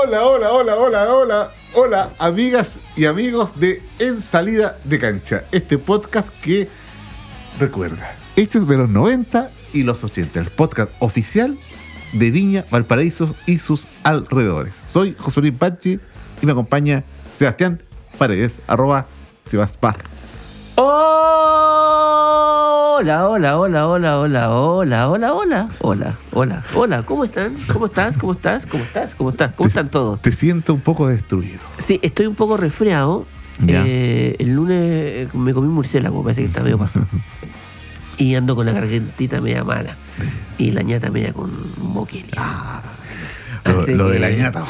Hola, amigas y amigos de En Salida de Cancha. Este podcast que recuerda, este es de los 90 y los 80. El podcast oficial de Viña, Valparaíso y sus alrededores. Soy José Luis Pachi y me acompaña Sebastián Paredes, @Sebaspar. Hola, ¿cómo están? ¿Cómo estás? ¿Cómo están todos? Te siento un poco destruido. Sí, estoy un poco resfriado. El lunes me comí un murciélago, parece que está medio pasado. Y ando con la gargantita media mala. Y la ñata media con moquillo. Lo de la ñata.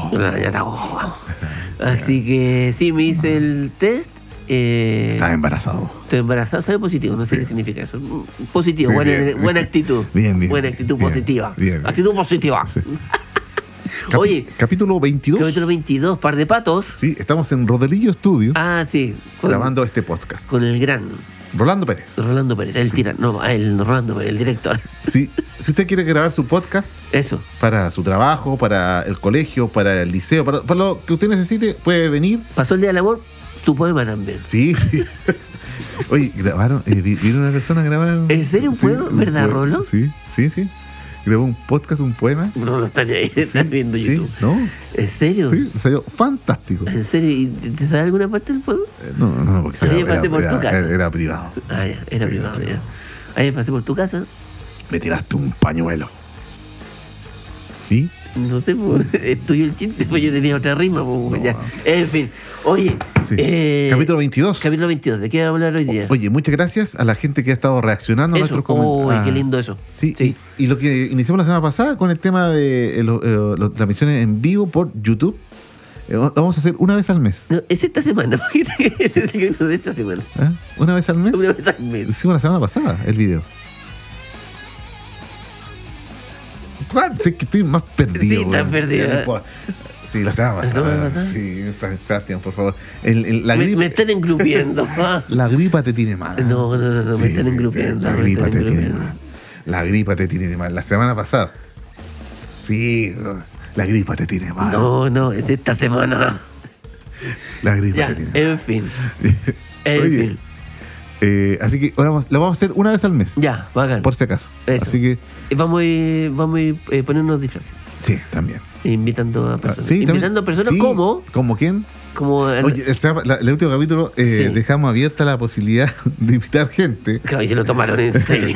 Así que sí, me hice el test. Estás embarazado. Estoy embarazado, sale positivo, no sé qué significa eso. Positivo, Sí, buena actitud. Bien. Buena actitud positiva. Bien. Actitud positiva. Sí. Oye, Capítulo 22. capítulo 22, par de patos. Sí, estamos en Rodelillo Studio Sí. grabando este podcast. Con el gran Rolando Pérez. Rolando Pérez, el Rolando Pérez, el director. Sí, si usted quiere grabar su podcast Eso. para su trabajo, para el colegio, para el liceo, para lo que usted necesite, puede venir. Pasó el Día del Amor, tu poema también. Sí. Oye, grabaron, vino una persona a grabar. ¿En serio un poema? ¿Verdad, Rolo? Sí. Grabó un podcast, un poema. No lo estaría ahí, están viendo YouTube. ¿No? ¿En serio? Sí, salió fantástico. ¿En serio? ¿Y te sabe alguna parte del poema? No, porque Ahí pasé por tu casa. era privado. Era privado, ya. Ahí pasé por tu casa. Me tiraste un pañuelo. ¿Sí? No sé, pues, es tuyo el chiste, pues yo tenía otra rima, pues, ya. En fin, oye. Sí. Capítulo 22. Capítulo 22, ¿de qué vamos a hablar hoy día? Oye, muchas gracias a la gente que ha estado reaccionando a nuestros comentarios. Qué lindo eso. Sí. Y lo que iniciamos la semana pasada con el tema de las transmisiones en vivo por YouTube, lo vamos a hacer una vez al mes. No, es esta semana, es el capítulo de esta semana. ¿Ah? ¿Una vez al mes? Una vez al mes. Hicimos la semana pasada el video. Sé que estoy más perdido. Sí, estás perdido. Sí, la semana pasada. Sí, Sebastián, por favor. Me están engrupiendo. La gripa te tiene mal. No, me están engrupiendo. La gripa te tiene mal. La gripa te tiene mal. La semana pasada. Sí, la gripa te tiene mal. No, es esta semana. La gripa Ya, te tiene mal. en fin. Oye, así que ahora lo vamos a hacer una vez al mes. Ya, bacán. Por si acaso. Eso. Así que. Vamos a ir poniéndonos disfraces. Sí, también. Invitando a personas. Sí, Invitando a personas sí. como. ¿Como quién? Como Oye, el último capítulo Sí. dejamos abierta la posibilidad de invitar gente. Claro, y se lo tomaron en serio.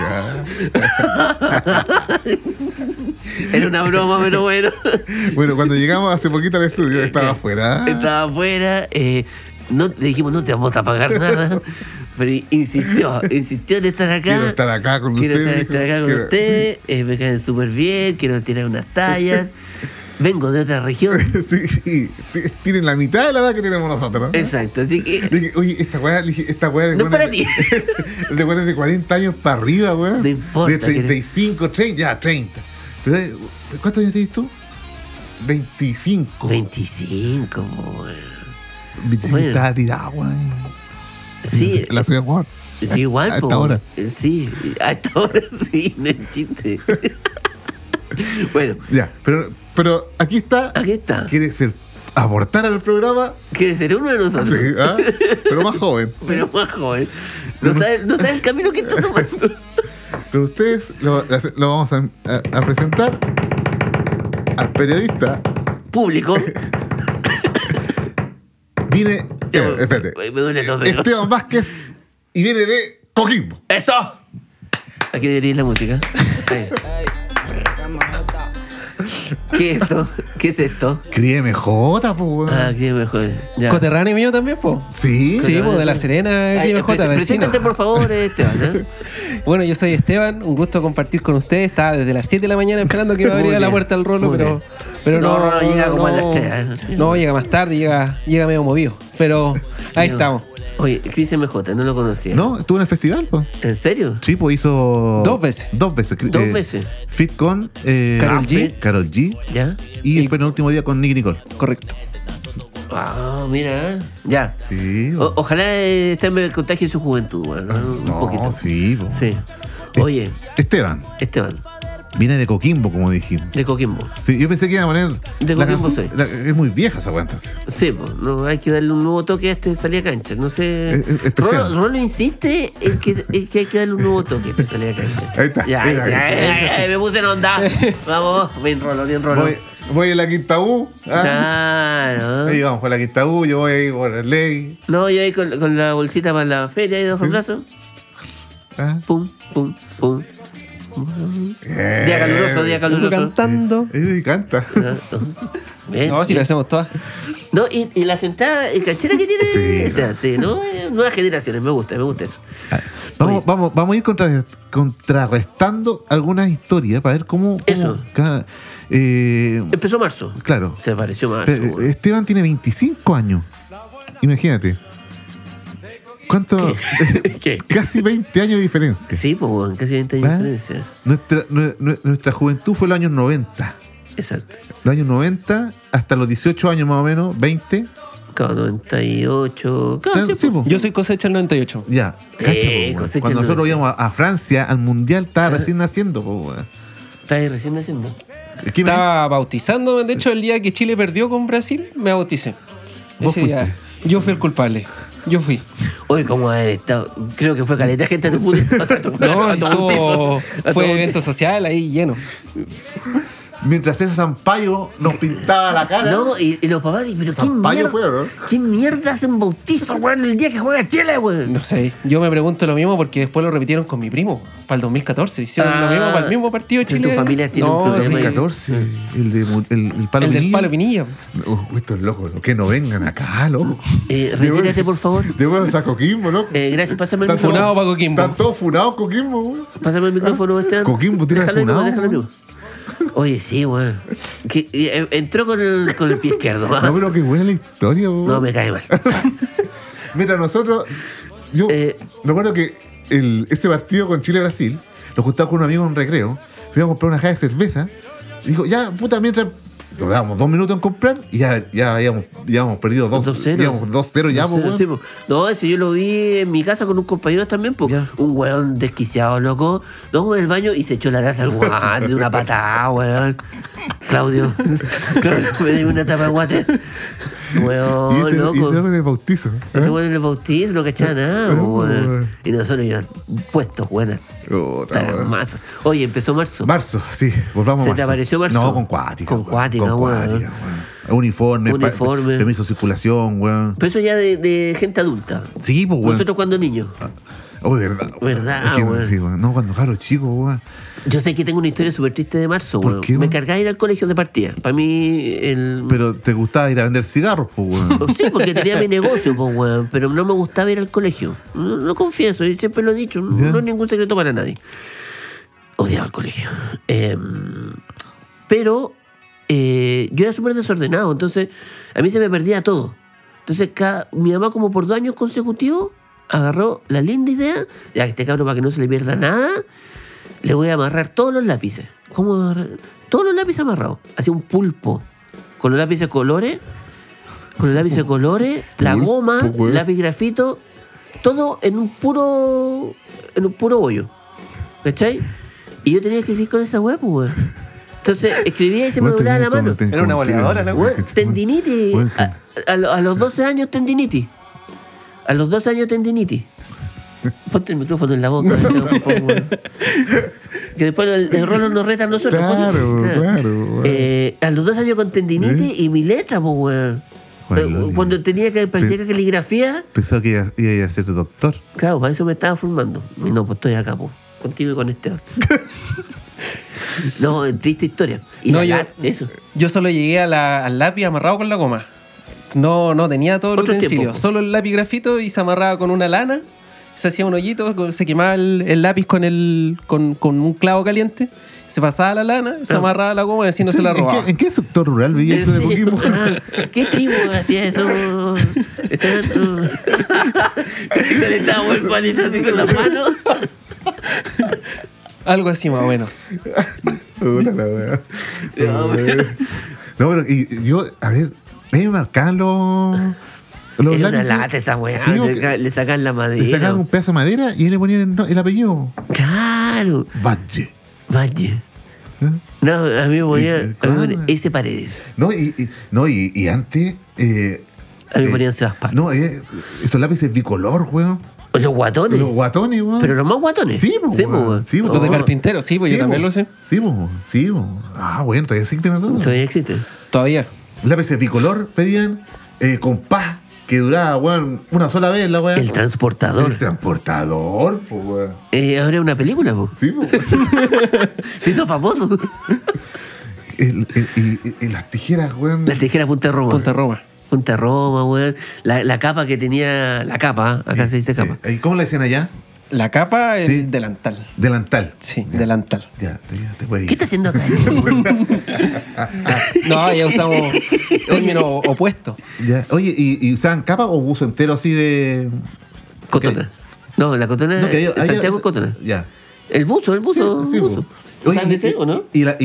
Era una broma, pero bueno. Bueno, cuando llegamos hace poquito al estudio, estaba afuera. Estaba afuera. Le dijimos, no te vamos a pagar nada. Pero insistió en estar acá. Quiero estar acá con ustedes. Ustedes. Me caen súper bien. Quiero tirar unas tallas. Vengo de otra región. Sí, tienen la mitad de la edad que tenemos nosotros. Exacto, así que. Dije, oye, esta weá de No es para ti. de weá de 40 años para arriba, weá. No importa, De 35, 30, ya, 30. Pero, ¿cuántos años tienes tú? 25. 25, weón. 25 Bueno. estaba tirado, weón. Sí. La ciudad, weón. Sí, igual, A esta po. hora. Sí, a esta hora sí, no es chiste. Bueno, Ya, pero aquí está. aquí está. ¿Quiere aportar al programa? Quiere ser uno de nosotros. Sí, ¿ah? Pero más joven. Pero más joven. No sabe el camino que está tomando. Con ustedes lo vamos a presentar al periodista. Público. Viene. Espérate. Me duelen los dedos. Esteban Vázquez y viene de Coquimbo. ¡Eso! Aquí debería ir la música. ¿Qué es esto? ¿Qué es esto? Críe MJ, pues. Qué mejor. Ya. Coterráneo mío también, po. Sí. Sí, po, de La Serena, Ay, MJ, vecino. preséntate, por favor, Esteban. Bueno, yo soy Esteban, un gusto compartir con ustedes. Estaba desde las 7 de la mañana esperando que me Muy abriera la bien, puerta al Rolo, muy pero No, no. Rolo llega como a las 3. No, llega más tarde, llega medio movido. Pero ahí estamos. Oye, Chris MJ, no lo conocía. No, estuvo en el festival, pues. ¿En serio? Sí, pues hizo. 2 veces. 2 veces. 2 veces. Fit con. Karol G. Karol G. ¿Ya? Y el penúltimo día con Nicky Nicole. Correcto. Mira. Ya. Sí. pues. Ojalá este me contagie su juventud, bueno, un No, poquito. sí, pues. Sí. Oye, Esteban. Esteban. Viene de Coquimbo, como dijimos. De Coquimbo. Sí, yo pensé que iba a poner. De la Coquimbo canción- soy. es muy vieja esa weá, entonces. Sí, pues, no, hay que darle un nuevo toque a este salida a cancha. No sé. Es especial. Rolo insiste en que hay que darle un nuevo toque a este salida a cancha. Ahí está. Ya, Ahí está. ya, me puse en onda. Vamos, bien Rolo, bien Rolo. Voy en la quinta U. Claro. Ahí vamos por la quinta U, yo voy ahí por el ley. No, yo ahí con la bolsita para la feria y dos Sí. brazos. ¿Ah? Pum, pum, pum. Día caluroso, día Uno caluroso. cantando. Y canta. Bien, No, si bien. lo hacemos todas. No, y la sentada, el canchera que tiene. Sí. Sí, ¿no? Nuevas generaciones, me gusta eso. Vamos a ir contrarrestando algunas historias para ver cómo. Eso. Empezó marzo. Claro. Se pareció marzo. güey. Esteban tiene 25 años. Imagínate. ¿Cuánto? ¿Qué? Casi 20 años de diferencia. Sí, pues, güey, casi 20 años ¿Ah? de diferencia. Nuestra juventud fue en los años 90. Exacto. Los años 90 hasta los 18 años más o menos, 20. Claro, 98. Claro, sí, Sí, pues. po. Yo soy cosecha del 98. Ya. Cacha, po, weón. cosecha Cuando el nosotros 90. íbamos a Francia, al Mundial, estaba Ah. recién naciendo. Po, weón. Está ahí recién naciendo. ¿Qué me- Estaba bautizándome. De hecho, el día que Chile perdió con Brasil, me bauticé. ¿Vos Ese día, yo fui el culpable. Yo fui. Oye, ¿cómo haber estado? Creo que fue caleta gente a tu puto. No, a tu bautizo. A tu fue bautizo. evento social ahí lleno. Mientras ese Zampayo nos pintaba la cara. No, y los papás dicen, pero ¿qué Zampayo mierda? fue, ¿no? ¿Qué mierda hacen bautizo, weón, el día que juega Chile, weón? No sé, yo me pregunto lo mismo porque después lo repitieron con mi primo, para el 2014. Hicieron lo mismo para el mismo partido de que Chile. tu familia tiene un No, problema sí, ahí. 2014, el palo el del Pinilla. palo Pinilla. Estos locos, que no vengan acá, loco. Retírate, por favor. De vuelta a Coquimbo, loco. Gracias, pásame el Están micrófono. Funado para Coquimbo. Están todos funados Coquimbo, güey. Pásame el micrófono, Esteban. Coquimbo tiene Déjalo funado, amigo, déjalo weón. amigo. Oye, sí, weón. Entró con el pie izquierdo. ¿ah? No, pero qué buena la historia, güey. No, me cae mal. Mira, nosotros. Yo recuerdo que ese partido con Chile-Brasil, nos juntamos con un amigo en un recreo, fuimos a comprar una caja de cerveza, y dijo, ya, puta, mientras. Nos dábamos 2 minutos en comprar y ya habíamos perdido 2-0. Íbamos 2-0 ya, pues, weón. Sí, po. No, ese yo lo vi en mi casa con un compañero también, po. Ya. Un weón desquiciado, loco. No, en el baño y se echó la grasa al guante de una patada, weón. Claudio me dio una tapa de guate. Y Weón, este loco. en el bautizo. Ese ¿eh? weón en el bautizo no cachaba nada, No, po, weón. weón. Y nosotros ya puestos, buenas. Puta, weón. Oye, empezó marzo. Marzo, sí, volvamos a ¿Se marzo. te apareció marzo? No, con cuática. Con weón. cuática, Con weón. cuática, weón. Uniforme. Permiso de circulación, weón. Pero eso ya de gente adulta. Sí, pues, weón. Nosotros cuando niños. Oh, verdad. Verdad, Es que, weón. sí, weón. No, cuando caro chico, weón. Yo sé que tengo una historia súper triste de marzo, ¿Por weón. qué, Me weón? cargaba ir al colegio de partida. Para mí, Pero te gustaba ir a vender cigarros, pues, weón. Sí, porque tenía mi negocio, pues, weón. Pero no me gustaba ir al colegio. No, no confieso, y siempre lo he dicho. ¿Ya? No es ningún secreto para nadie. Odiaba el colegio. Pero yo era súper desordenado, entonces a mí se me perdía todo. Entonces mi mamá, como por 2 años consecutivos, agarró la linda idea, ya que este cabrón, para que no se le pierda nada, le voy a amarrar todos los lápices. ¿Cómo amarrar? Todos los lápices amarrados. Hacía un pulpo. Con los lápices de colores. La Pulpo, goma, weón. lápiz grafito. Todo en un puro bollo. ¿Cachai? Y yo tenía que escribir con esa weá, pues, weón. Entonces escribía y se me Weón, doblaba la tenés mano. como- Era una como- boleadora, la weón, weón. Tendinitis. Weón, A los 12 años tendinitis. A los 12 años tendinitis. Ponte el micrófono en la boca. por favor. Que después el rolo nos reta a nosotros. Claro, Ponte- claro, weón. a los 2 años con tendinitis y mi letra, pues, weón. Bueno, Cuando tenía que practicar caligrafía, Pensaba que iba a ser doctor. claro, para eso me estaba formando. Y no, pues estoy acá, pues. Contigo y con Esteban. No, triste historia. Y No, eso. Yo solo llegué al lápiz amarrado con la goma. No tenía todo el Otro utensilio. tiempo, po. Solo el lápiz grafito y se amarraba con una lana. Se hacía un hoyito, se quemaba el lápiz con un clavo caliente. Se pasaba la lana, se Ah. amarraba la goma y así no se la robaba. ¿En qué sector rural vivía eso de Coquimbo? ¿Qué tribu hacía eso? Estaban. Calentaba el palito así con las manos. Algo así más o menos. Puta la weá. No, No, pero yo, a ver, a mí me marcaban los Era una lápices. lata esa weá. Sí, porque Le sacan la le madera. sacaban un pedazo de madera y ahí le ponían el apellido. Claro. Valle. Valle. No, a mí me ponían Claro. ese Paredes. No, y antes. A mí me ponían Sebas Paz. No, esos lápices bicolor, weón. Los guatones. Los guatones, weón. Pero los más guatones. Sí, pues, weón. weón. Sí, pues. Los de Oh, carpintero, sí, pues Sí, yo también po. lo sé. Sí, po. Sí, po. Ah, bueno, todavía existen esos. Todavía existe. Todavía. Lápices bicolor pedían, compás, que duraba, weón, una sola vez la weón. El transportador. El transportador, pues, weón. Ahora es una película, po. Sí, pues. Se hizo famoso. Y las tijeras, weón. La tijera Punta Roma. Punta Roma. Punta Roma, weón. La capa que tenía. La capa, acá se dice Sí. capa. ¿Y cómo le decían allá? La capa, el Sí. delantal. Delantal. Sí, Ya. delantal. Ya, te puedes ir. ¿Qué está haciendo acá? No, ya usamos términos opuestos. Ya. Oye, ¿y usaban capa o buzo entero así de. Cotona. No, la cotona. No, que había- Santiago es cotona. Ya. El buzo, el buzo. Sí, el po. buzo. Oye, ¿Usan ese o no?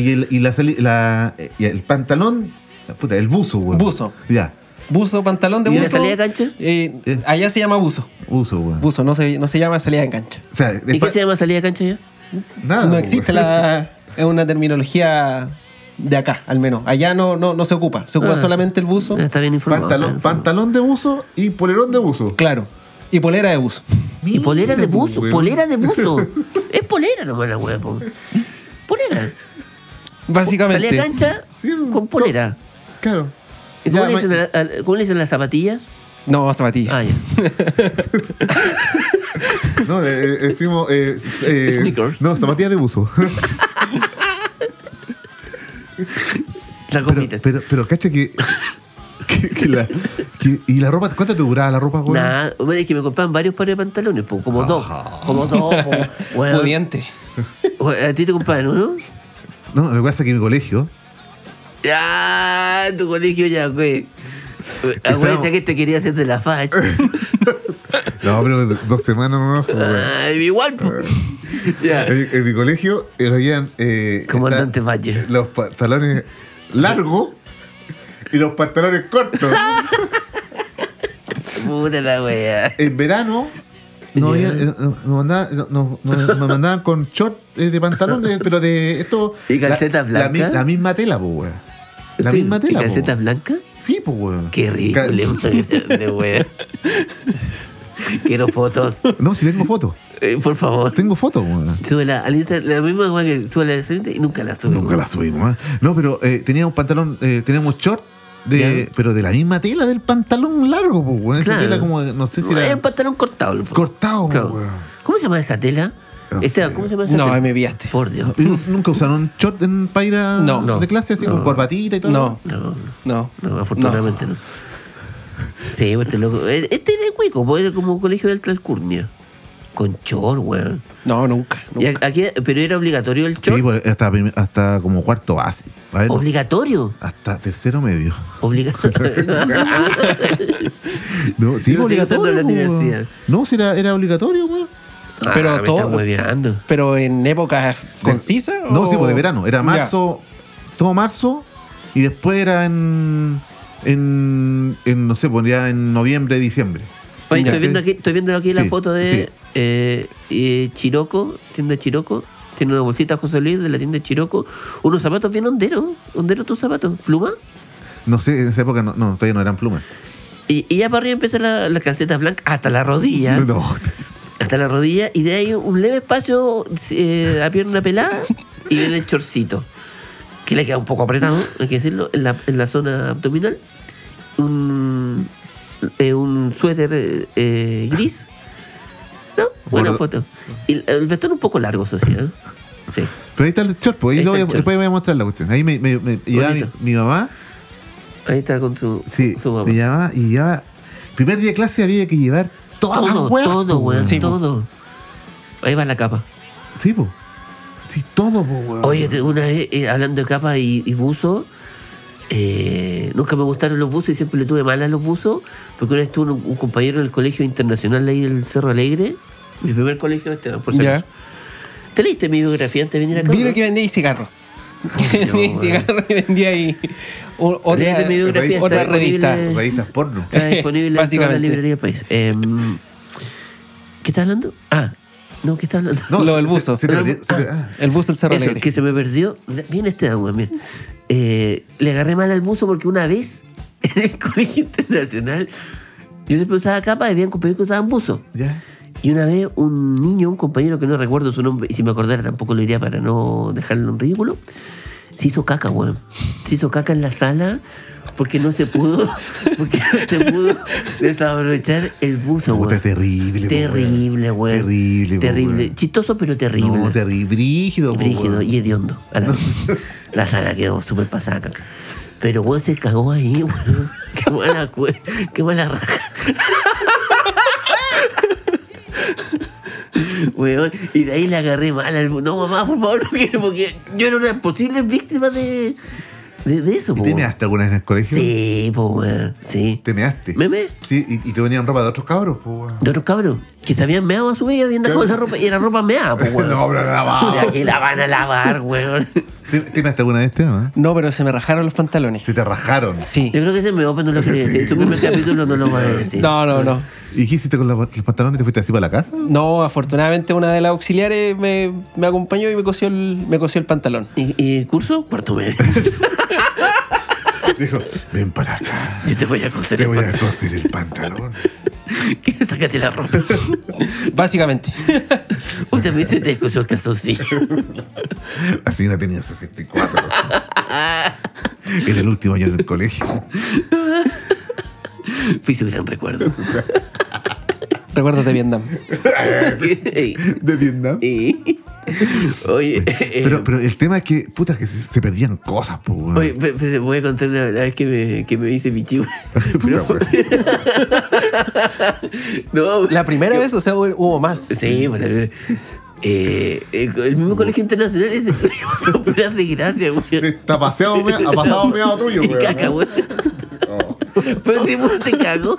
y el pantalón, puta, el buzo, weón. Buzo. Ya, Buzo, pantalón de ¿Y buzo. la salida de cancha? Allá se llama buzo. buzo, weón. Buzo, no se llama salida de cancha. O sea, ¿Y qué se llama salida de cancha ya? Nada. No weón. existe es una terminología de acá, al menos. Allá no se ocupa. Se ocupa Ah. solamente el buzo. Está bien informado. Pantalón de buzo y polerón de buzo. Claro. Y polera de buzo. Y polera de Mira, buzo, weón. polera de buzo. Es polera nomás la weá, po. Polera. Básicamente. Salida de cancha Sí, con polera. Claro. ¿Y Ya, cómo, le dicen cómo le dicen las zapatillas? No, zapatilla. Ah, ya. No, decimos. Sneakers. No, zapatillas de buzo. La comita. pero cacha que. ¿Y la ropa? ¿Cuánto te duraba la ropa, weón? Nada, bueno, es que me compraban varios pares de pantalones, po, como dos. Como dos, po, weón. Pudiente. ¿A ti te compraban uno? No, lo que pasa es que mi colegio. Ya, tu colegio ya, güey. Acuérdate que te quería hacer de la facha. No, pero 2 semanas no, pues, weón. Ay, igual, po. Ya. En mi colegio habían. Comandante Valle. Los pantalones largos y los pantalones cortos. Puta la wea. En verano no Ya. había, nos mandaban con short de pantalones, pero de esto. ¿Y calcetas blancas? La misma tela, pues, weón. La Sí, misma tela, ¿y calcetas po. blancas? Sí, pues, weón. Qué ridículo, de wea. Quiero fotos. No, si tengo fotos. Por favor. Tengo fotos, weón. Súbela al Instagram, la misma wea que sube la siguiente y nunca la sube. Nunca la subimos, ¿eh? No, pero teníamos pantalón, teníamos short, Ya. pero de la misma tela del pantalón largo, pues, weón. Esa Claro. tela como, no sé si No, es era un pantalón cortado. po. cortado, pues, Claro. weón. ¿Cómo se llama esa tela? No Esteban, sé. ¿cómo se llama esa No, tela? ahí me pillaste. Por Dios. ¿Y ¿Nunca usaron short para ir a No. de clase así No. con corbatita y todo? No, No, no. no, afortunadamente no. Sí, pues, este loco. Este era el cuico, pues era como colegio del Alcurnia. Con chor, weón. No, nunca. Y nunca. aquí, pero era obligatorio el chor. Sí, pues, hasta como cuarto base. A ver, Obligatorio. hasta tercero medio. Obligatorio. No, sí, Yo lo sigo usando en la pues, universidad. No, sí, era obligatorio, weón. Pero me todo- están hueveando. Pero en épocas concisas. No, o- sí, pues de verano. Era Ya. marzo, todo marzo, y después era en no sé, pues ya en noviembre, diciembre. Oye, Ya, estoy viendo aquí la Sí, foto de Chiroco, tienda Chiroco. Tiene una bolsita José Luis de la tienda Chiroco. Unos zapatos bien honderos. ¿Honderos tus zapatos? ¿Pluma? No sé, en esa época no, todavía no eran plumas. Y ya para arriba empiezan las calcetas blancas hasta la rodilla. No, Hasta la rodilla. Y de ahí un leve espacio a pierna pelada. Y viene el chorcito. Que le queda un poco apretado, hay que decirlo, en la zona abdominal. Un suéter gris. ¿No? Buena Gordo. foto. Y el vestón un poco largo, eso sí, ¿eh? Sí. pero ahí está el short, pues ahí Ahí lo está voy el a, short. después voy a mostrar la cuestión. Ahí me llevaba Bonito. mi mamá, Ahí está con su mamá. me llevaba y llevaba. Primer día de clase había que llevar todas las Todo, weas, todo, po, weón, Sí, po. todo. Ahí va la capa. Sí, pues. Sí, todo, pues, weón. Oye, una vez, hablando de capa y buzo, nunca me gustaron los buzos y siempre le tuve mal a los buzos, porque una vez tuve un compañero en el colegio internacional ahí del Cerro Alegre, mi primer colegio por si Ya. acaso. ¿Te leíste mi biografía antes de venir acá? Vi no? que vendía cigarros. No, Vendía cigarros y vendía ahí otra, Léete mi biografía, otra está revista. disponible. Revistas porno. Está disponible en toda la Básicamente. librería del país. ¿Qué estás hablando? Ah, No, ¿qué está hablando? Lo del buzo. Se te perdió- El buzo del Cerro Eso, Alegre. que se me perdió. Bien este agua, bien. Le agarré mal al buzo porque una vez en el colegio internacional yo siempre usaba capa y había compañeros que usaban buzo. Ya. Y una vez un niño, un compañero que no recuerdo su nombre, y si me acordara tampoco lo diría para no dejarlo en ridículo, se hizo caca, weón. Se hizo caca en la sala porque no se pudo desaprovechar el buzo, Puta, weón. terrible, po, Terrible, weón. Terrible, po, Terrible. weón. Chistoso, pero terrible. No, terrible. Brígido, po, Brígido weón. y hediondo. A la vez. La sala quedó súper pasada caca. Pero weón se cagó ahí, weón. Qué mala raja. Weón, y de ahí le agarré mal al... No, mamá, por favor, no quiero, porque yo era una posible víctima de eso, ¿Y po. te measte alguna vez en el colegio? Sí, po, weón, sí. ¿Te measte? ¿Meme? Sí, y te venían ropa de otros cabros, po, weón. De otros cabros, que se habían meado a su vez y habían dejado la ropa, y era ropa meada, po, weón. No, pero lavado. Y aquí la van a lavar, weón. ¿Te measte alguna vez, no? No, pero se me rajaron los pantalones. Se te rajaron. Sí. Yo creo que ese me pero no lo quería decir. Su primer capítulo no lo va a decir. No. ¿Y qué hiciste con los pantalones? ¿Te fuiste así para la casa? No, afortunadamente una de las auxiliares me acompañó y me cosió el pantalón. ¿Y el curso? Cuarto medio. Dijo, ven para acá. Yo te voy a coser Te el voy a pantalón. coser el pantalón. Sácate la ropa. Básicamente. Uy, también se te descosió el calzoncillo. La señora tenía 64. Era el último año en el colegio. Fui su gran recuerdo. Recuerdos de Vietnam. Ey, De Vietnam. Oye, Pero el tema es que, puta, que se perdían cosas, po, weón. oye, voy a contar la vez que me hice pichu. Puta, weón. No, La primera vez, o sea, hubo más. sí, bueno, el mismo colegio internacional es el colegio con puras desgracias, güey. Está paseado, ha pasado meado tuyo, Y weón. caca, güey. Oh. Pero si uno se cagó.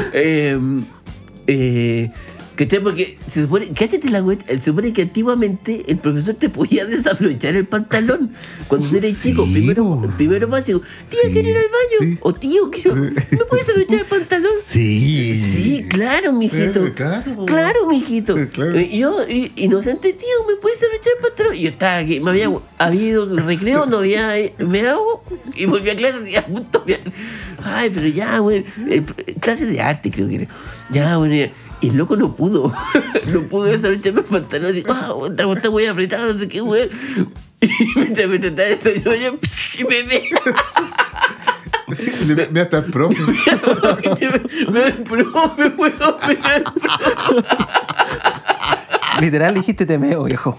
¿Cachai? Porque se supone, cáchate la wea, se supone que antiguamente el profesor te podía desabrochar el pantalón cuando tú eres Sí, chico. po. Primero básico. Tía, Sí, quiero ir al baño. sí. O tío, quiero. ¿Me puedes desabrochar el pantalón? Sí. Sí, claro, mijito. Claro. Claro, mijito. Claro. Y yo, inocente, tío, ¿me puedes desabrochar el pantalón? Y yo estaba aquí, me había ido al recreo, no había meado y volví a clase y a punto de... Ay, pero ya, güey. Clase de arte, creo que era. Ya, güey. Y el loco no pudo. No pudo desabrocharme el pantalón. Y, está muy apretado, no sé qué, güey. Y mientras me trataba de desabrochar, yo, y me Me hasta el profe. me puedo pegar. Literal dijiste te meo, viejo.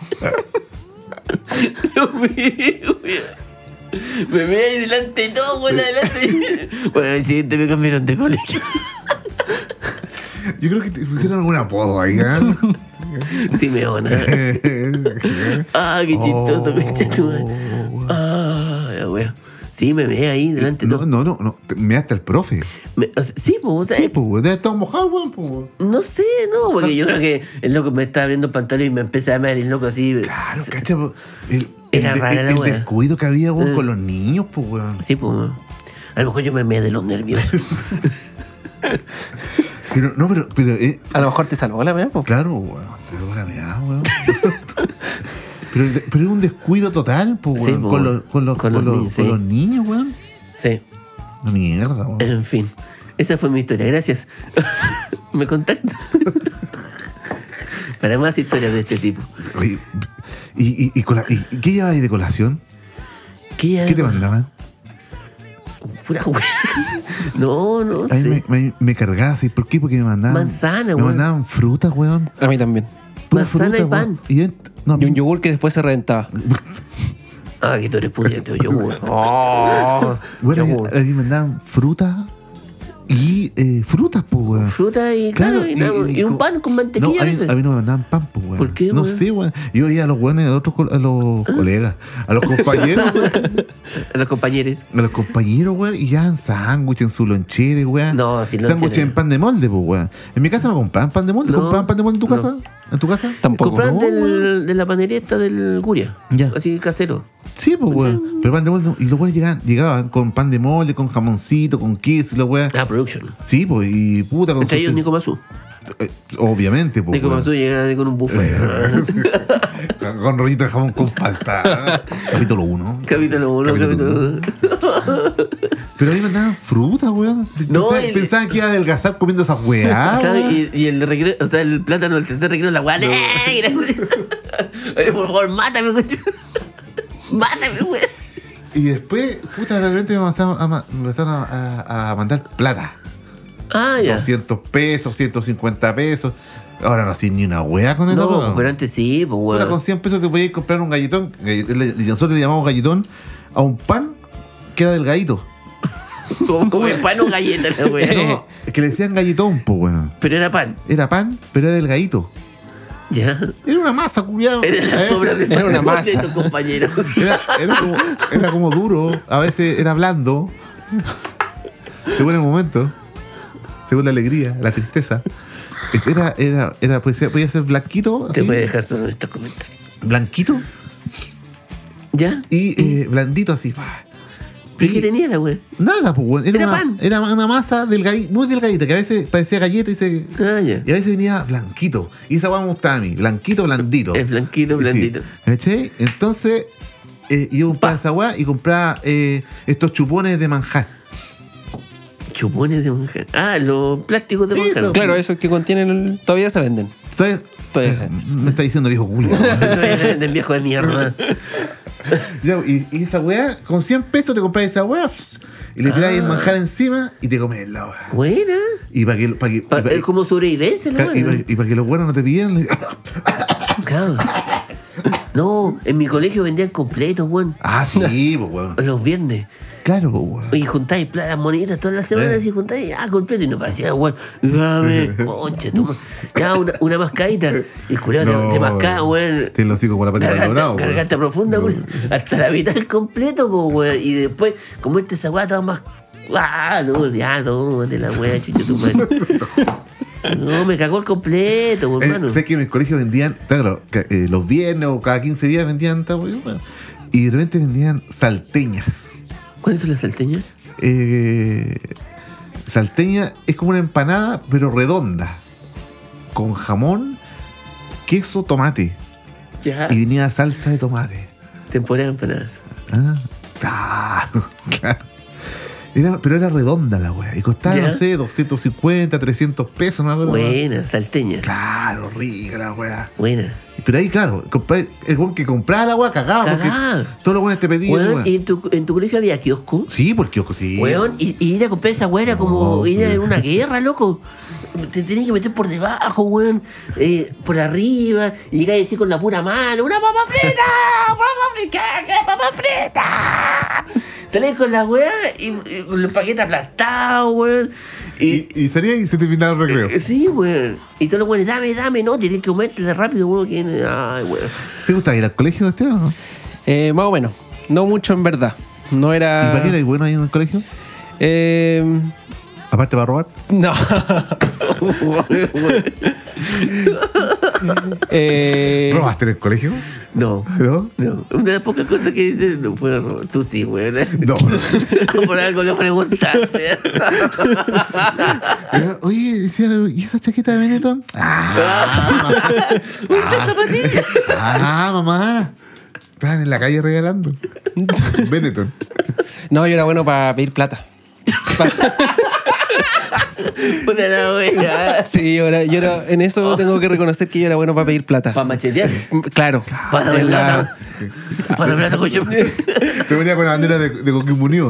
Dios mío, me ve ahí delante de todo, bueno, adelante. Bueno, al siguiente me cambiaron de colegio. Yo creo que te pusieron algún apodo ahí, ¿eh? Sí, me ona. Ah, qué chistoso, conchetumare. Ah, ya, wea. Sí, me ve ahí delante de todo. No. Me hasta el profe. O sea, sí, pues, o sea, Sí, pues, debe estar mojado, weón, pues. no sé, no, porque yo creo que el loco me estaba abriendo el pantalón y me empecé a ver el loco así. Claro, cacha, po. Era rara la el wea. descuido que había, weón, con los niños, pues, weón. Sí, pues. A lo mejor yo me meé de los nervios. Pero, A lo mejor te salvó la mea, po. claro, weón. Pero ahora me da, weón. pero es un descuido total, pues, Sí, weón. po, con los niños, sí. niños, weón. Sí, Una mierda, weón. en fin. Esa fue mi historia, gracias. Me contactan. Para más historias de este tipo. Oye, ¿y qué llevabas ahí de colación? ¿Qué te mandaban? Pura hueá. No A mí sé. me cargaba así. ¿Por qué? Porque me mandaban. Manzana, Me weón. mandaban frutas, weón. A mí también. Pura Manzana y fruta, pan. weón. Y yo, no, Y un yogur que después se reventaba. Ah, que tú eres pudiente, yogur. Oh, bueno, yogur. a mí me mandaban frutas y frutas, pues, weón. Fruta y claro, y un pan con mantequilla No, a veces. a mí no me mandaban pan, pues, weón. ¿Por qué, No weón? sé, weón. Yo iba a los weones, a los colegas, a los compañeros, weón. A los compañeros. A los compañeros, weón, y ya en sándwich, en su lonchera, weón. No, sin Sándwich lonchera. en pan de molde, pues, weón. En mi casa no compraban pan de molde. No, ¿Compraban pan de molde en tu no. casa? ¿En tu casa? Tampoco. Compraban no, weón. de la panería esta del Guria. Ya. Así casero. Sí, pues, weón. Pero pan de molde. Y los weones llegaban con pan de molde, con jamoncito, con queso y la weón. Ah, production. Sí, pues, y puta con Entre ellos su- Nico Mazú. Obviamente, pues. Es como tú llegas con un buffet. Con rollito de jamón con palta. Capítulo 1. Capítulo 1, capítulo 1. Pero a mí me mandaban fruta, weón. No, Pensaban que iba a adelgazar comiendo esas weá. Y el recreo, o sea, el plátano, el tercer recreo, la weá negra. Oye, por favor, mátame, coche. Mátame, weón. Y después, puta, de repente me empezaron a mandar plata. Ah, ya. 200 pesos, 150 pesos. Ahora no hacía ni una wea con eso. No, pero antes sí, pues Puta, weón. con 100 pesos te podías comprar un galletón. Nosotros le llamamos galletón a un pan que era delgadito. Como el pan o galleta, la weá. No, es que le decían galletón, pues, weón. Pero era pan. Era pan, pero era delgadito. Ya. Era una masa, culiado. Era la sobra de Era una masa. de tus compañeros. Era como duro, a veces era blando. Según el momento, según la alegría, la tristeza. Podía ser blanquito. Te así, voy a dejar solo en estos comentarios. blanquito ¿Ya? y blandito así. Pa. ¿Pero qué Y- tenía la weá? Nada, pues, weón. Era pan. Era una masa muy delgadita, que a veces parecía galleta Ah, ya. y a veces venía blanquito. Y esa weá me gustaba a mí, blanquito, blandito. Es blanquito, blandito. Sí. ¿Cachai? Entonces, yo compraba esa weá y compraba estos chupones de manjar. Chupones de manjar. Ah, los plásticos de manjar. Eso. Claro, esos que contienen todavía se venden. ¿Sabes? Todavía sí. Me está diciendo viejo culo. Del viejo de mierda. Ya, y esa weá, con 100 pesos te compras esa weá y le tiras el manjar encima y te comes la weá. Buena. Y para que, Es como sobrevivencia, la weá. y pa' que los buenos no te pidieran. Claro. No, en mi colegio vendían completos, weón. Ah, sí, pues weón. Los viernes. Claro, pues weón. Y juntáis plata, monedas todas las semanas y juntáis, completo. Y no parecía, weón, dame, concha, toma. Ya, una mascadita. Y el culiado te mascaba, weón. Tiene los hijos con la pata de dorado, weón. Garganta profunda, weón. Hasta la mitad del completo, weón. Y después, como esa weá estaba más. No, ya, tómate la weá, chucha tu mano. No, me cagó el completo, hermano. Sé que en el colegio vendían, claro, los viernes o cada 15 días vendían esta weá, weón. Y de repente vendían salteñas. ¿Cuáles son las salteñas? Salteña es como una empanada, pero redonda. Con jamón, queso, tomate. Ya. Y tenía salsa de tomate. Temporada de empanadas. Claro, claro. Pero era redonda la wea. Y costaba, Ya. no sé, 250, 300 pesos, ¿no? Buena, salteña. Claro, rica la wea. Buena. Pero ahí, claro, el weón que compraba la wea cagaba. Cagaba. Porque todos los weones te pedían. Weón, weón. ¿y en tu colegio había kiosco? Sí, porque ojo, sí. Weón, y ir a comprar esa weá era como No, ir a weón. una guerra, loco. Te tenías que meter por debajo, weón, por arriba, y llegar a decir con la pura mano, ¡una papa frita! ¡Papa frita! ¿Qué papa frita! Salías con la weá y con los paquetes aplastados, weón. Y salía y se terminaba el recreo. Sí, weón. Y todos los weones, dame, no, tienes que comerte rápido, weón. Ay, weón. ¿Te gusta ir al colegio, Esteban, o no? Más o menos. No mucho en verdad. No ¿Y era. para qué eres bueno ahí en el colegio? Aparte para robar. No. ¿Robaste en el colegio? No. ¿No? No, una de las pocas cosas que dices, no puedo robar. Tú sí, weón. No. Por algo lo preguntaste. Oye, decía, ¿y esa chaqueta de Benetton? Una zapatilla. Mamá. Estaban en la calle regalando. Benetton. No, yo era bueno para pedir plata. Una la wea. Sí, yo era, en eso tengo que reconocer que yo era bueno para pedir plata. Para machetear. Claro. Para la En plata. Para la plata, coño. Te venía con la bandera de Coquimbo Unido.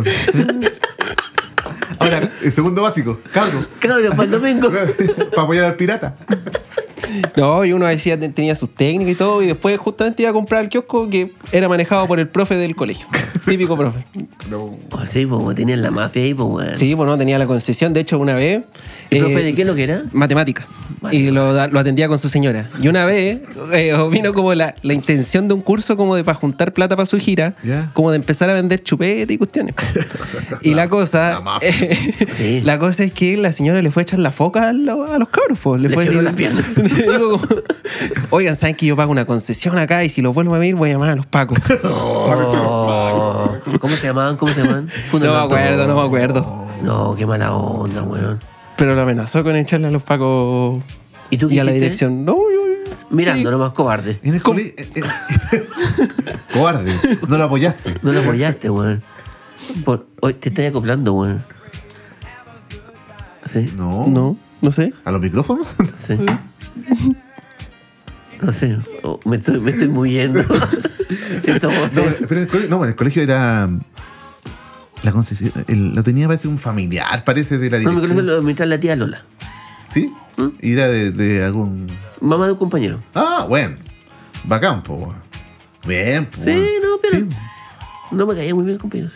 Ahora, el segundo básico, cabro. Cabrón, para el domingo. Para apoyar al pirata. No, y uno decía, tenía sus técnicas y todo, y después justamente iba a comprar el kiosco que era manejado por el profe del colegio. Típico profe. No. Pues sí, pues tenían la mafia ahí, pues weón. Sí, pues no, tenía la concesión. De hecho, una vez. ¿El profe de qué es lo que era? Matemática. Y lo atendía con su señora. Y una vez vino como la intención de un curso como de para juntar plata para su gira, Ya. como de empezar a vender chupete y cuestiones. Y la cosa. La mafia. Sí. La cosa es que la señora le fue a echar la foca a los cabros, pues. Le Le fue a quebró decir- las piernas. Le digo como, oigan, ¿saben que yo pago una concesión acá y si los vuelvo a ver voy a llamar a los pacos? Oh. ¿Cómo se llamaban? No me acuerdo. No, qué mala onda, weón. Pero lo amenazó con echarle a los pacos ¿Y tú qué Y a la hiciste? dirección, no, Mirando, sí. nomás cobarde. En el colegio. Cobarde, no lo apoyaste. No lo apoyaste, weón. Hoy te estás acoplando, weón. Sí, No, no sé. ¿A los micrófonos? sí. No sé, me estoy moviendo. Siento No, voces. pero en el colegio era. La concesión. Lo tenía, parece, un familiar, parece, de la No, mi dirección. colegio lo administra la tía Lola. ¿Sí? Y era de algún. Mamá de un compañero. Ah, bueno. Bacán, po. Weón. Bien, po. Sí, weón. no, pero- Sí. No me caía muy bien el compañero.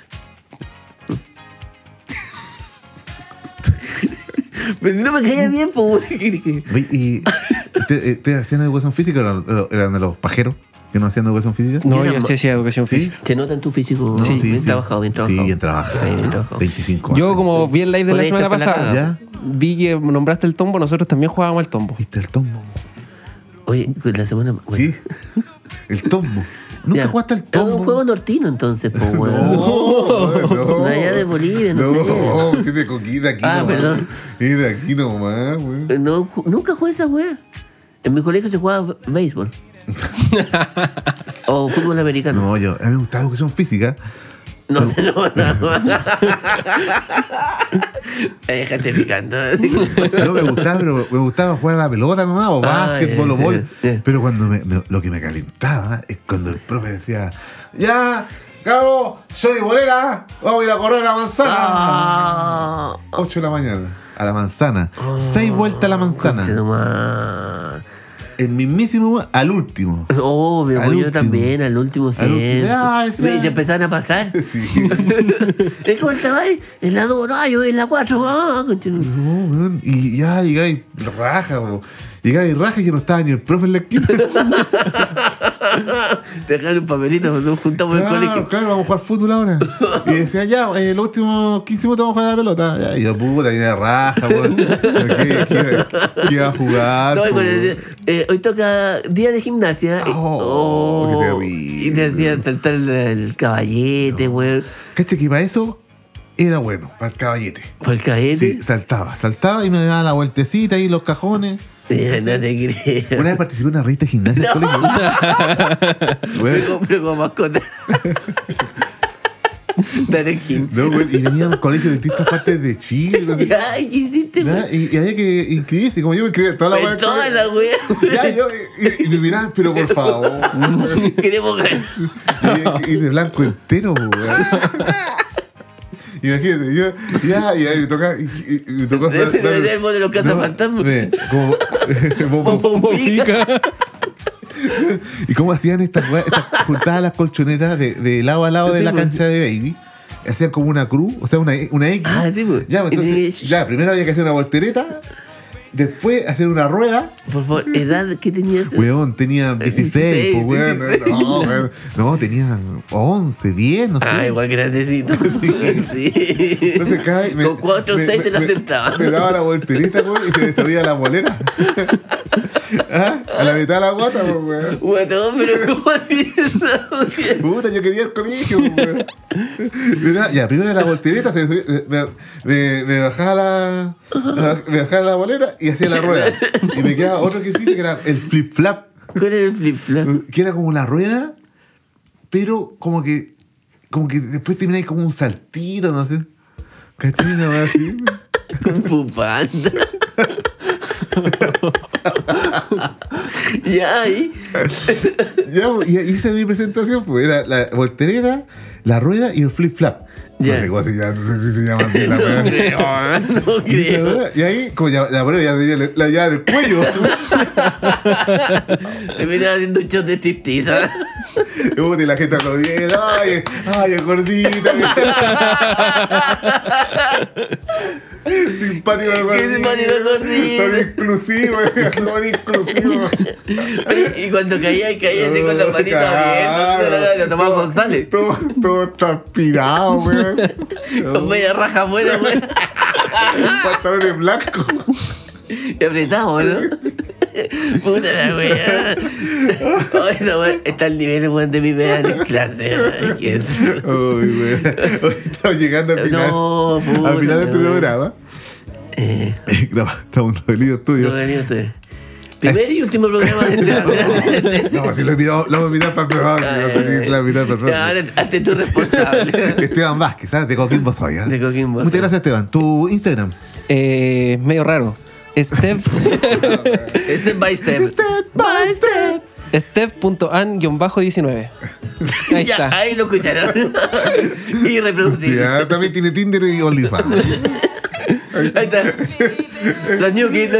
Pero si no me caía bien, pues, weón. Oye, ¿y te hacían educación física o eran de los pajeros que no hacían educación física? No, Yo yo era sí hacía educación ¿Sí? física. Se nota en tu físico. No, Bien trabajado, bien trabajado. Sí, bien trabajado. Sí, bien trabajado. 25 años. Yo, como vi el live de la Podéis semana estar para la pasada, cagada. vi que nombraste el tombo, nosotros también jugábamos al tombo. ¿Viste el tombo? Oye, la semana. Bueno, Sí. El tombo. ¿Nunca ya. jugaste al Es tombo? un juego nortino, entonces, pues, weón. No, De allá de Bolivia, no sé. No, es de coquita aquí Ah, nomás. perdón. Es de aquí nomás, güey. No, nunca jugué esa weá. En mi colegio se jugaba béisbol. O fútbol americano. No, a mí me gustaba educación física. No se nota. Déjate picando. No me gustaba, pero me gustaba jugar a la pelota nomás, o Ah, básquetbol o ya, bol. ya. Pero cuando lo que me calentaba es cuando el profe decía, ya, cabrón, Johnny Bolera, vamos a ir a correr a la manzana. Ah. 8 de la mañana, a la manzana. 6 vueltas a la manzana. Conchetumar. El mismísimo al último. Obvio, Al pues yo último. también, al último Al siempre. último. Ah, ese- Y te empezaban a pasar. Sí. Es como estaba ahí, en la 2, no, yo en la 4. Ah, conchetumar. No, weón, y ya llegaba y raja, bro. Llegaba y raja y que no estaba ni el profe en la esquina. Te dejaron un papelito cuando nos juntamos en el colegio. Claro, vamos a jugar fútbol ahora. Y decía, ya, los últimos 15 minutos vamos a jugar a la pelota. Ya, y yo, puta, tenía raja, weón. ¿Qué iba a jugar? No, y po? cuando decía, hoy toca día de gimnasia. Oh, qué terrible. Y te hacían saltar el caballete, weón. Cacha que para eso era bueno, para el caballete. Por el caballete. Sí, saltaba y me daba la vueltecita ahí, los cajones. Mira, no te creo. Una vez participé en una revista de gimnasia del colegio. Me Weón, compro como mascota. Dale King. no, weón, y venía a un colegio de distintas partes de Chile. No sé. Ay, ¿qué hiciste, Ya, weón? y había que inscribirse, como yo me inscribí toda la Pues weá del toda colegio. la wea. Ya, yo, y me miraban, pero por favor. Queremos ganar. Y de blanco entero, weón. Imagínate, yo, ya, y ahí me toca. Y me tocó hacer. Debe el modelo Casa Fantasma. Como. Como pica. ¿Y cómo hacían estas weas? Juntaban las colchonetas de lado a lado de Sí, la pues. cancha de baby. Hacían como una cruz, o sea, una X. Ah, sí, pues. Ya, pues, Y entonces, tenía- ya, primero había que hacer una voltereta. Después hacer una rueda. Por favor, ¿edad qué tenías? Weón, tenía 16, pues, weón. 16. No, weón. No, tenía 11, 10, no sé. Ah, igual grandecito. Sí. Entonces, Con 4 o 6 te la aceptaba. Me daba la voltereta, weón, y se me subía la bolera. ¿Ah? A la mitad de la guata, pues, weón. Guatón, pero ¿cómo hacías eso? Puta, yo quería el colegio, weón. Ya, primero la voltereta, me bajaba la bolera y hacía la rueda. Y me quedaba otro ejercicio que era el flip-flap. ¿Cuál era el flip-flap? Que era como la rueda, pero como que después termináis como un saltito, no sé. ¿Cachai? Una wea así. Kung Fu Panda. Ya, ahí. Ya, y hice mi presentación, pues era la voltereta, la rueda y el flip-flap. Ya. No sé cómo se llama, no sé si se llama así la No wea. creo, no Y esa creo. wea, y ahí, como ya, la bolera ya tenía la llave del cuello. Te venía haciendo un shot de striptease. Y la gente aplaudiendo, ay, es gordita. Simpático el gordito. Qué simpático el gordito. Son inclusivos, son inclusivos. Y cuando caía así con las manitas abiertas, lo tomaba González. Todo transpirado, weón. Con media raja afuera, weón. Pantalones blancos. Y apretado, ¿no? Puta la weá. Oh, esa weá está al nivel, weón, de mi verano en clase. Ay, qué es. Uy, weón. Hoy estamos llegando al final. No, puta. Al final de tu weón. programa. Estamos en los delitos tuyos. No venía usted. Primer y último programa de No, si lo hemos invitado para el programa. No sé si lo he invitado para el programa. Hazte tú responsable. Esteban Vázquez, ¿sabes? De Coquimbo soy. ¿eh? De Coquimbo. Muchas gracias, Esteban. ¿Tu Instagram? Medio raro. Step. Step by step. Step.an-19. Ahí Ya, está. ahí lo escucharon. Y reproducir. Sí, también tiene Tinder y OnlyFans. Ahí está. Los New Kids.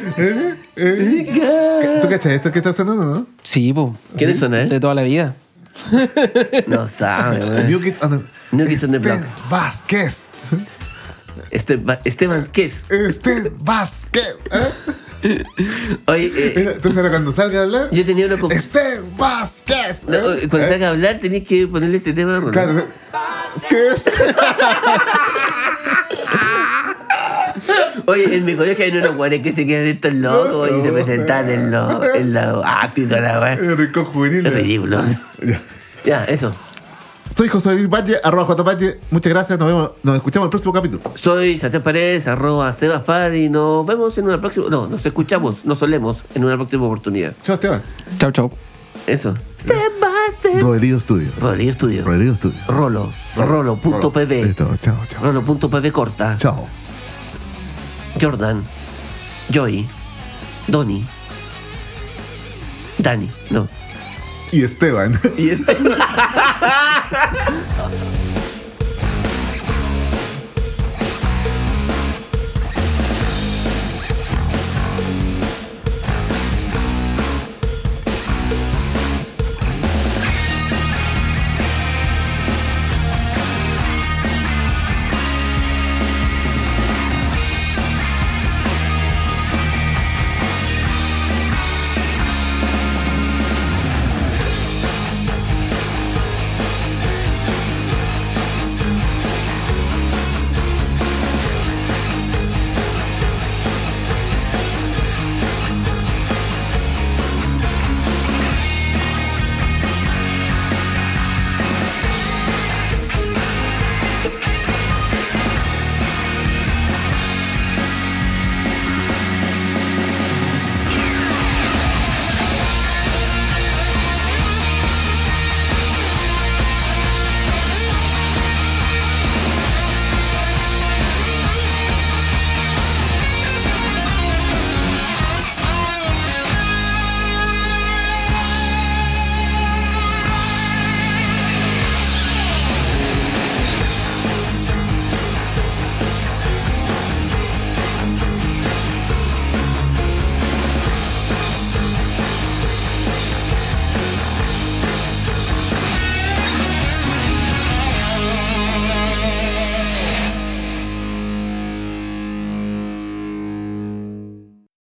¿Tú cachas esto que está sonando, no? Sí, pues. ¿Quiénes son, De toda la vida. No sabe, güey. New Kids on the... New Kids on the Block. Vázquez. Esteban, ¿qué es? Vázquez. Oye, Entonces ahora cuando salga a hablar... yo tenía una Vázquez. No, cuando salga a hablar tenés que ponerle este tema. ¿No? Claro. ¿Qué es? Oye, en mi colegio hay unos guanes que se quedan estos locos y se presentan en los actos y toda la weá. El rincón juvenil. Es ridículo. Ya. Ya, eso. Soy José Luis Valle, @JValle. Muchas gracias, nos escuchamos en el próximo capítulo. Soy Santiago Paredes, @Sebaspar y nos vemos en una próxima... No, nos escuchamos, nos solemos en una próxima oportunidad. Chao, Esteban. Chau, chau. Eso. Step by step. Rodrigo Studio. Rodrigo Studio. Rodrigo Studio. Rolo.pv. Listo, chao, chao. Rolo.pv corta. Chao. Jordan. Joey. Donny. Dani. No. Y Esteban. Y este...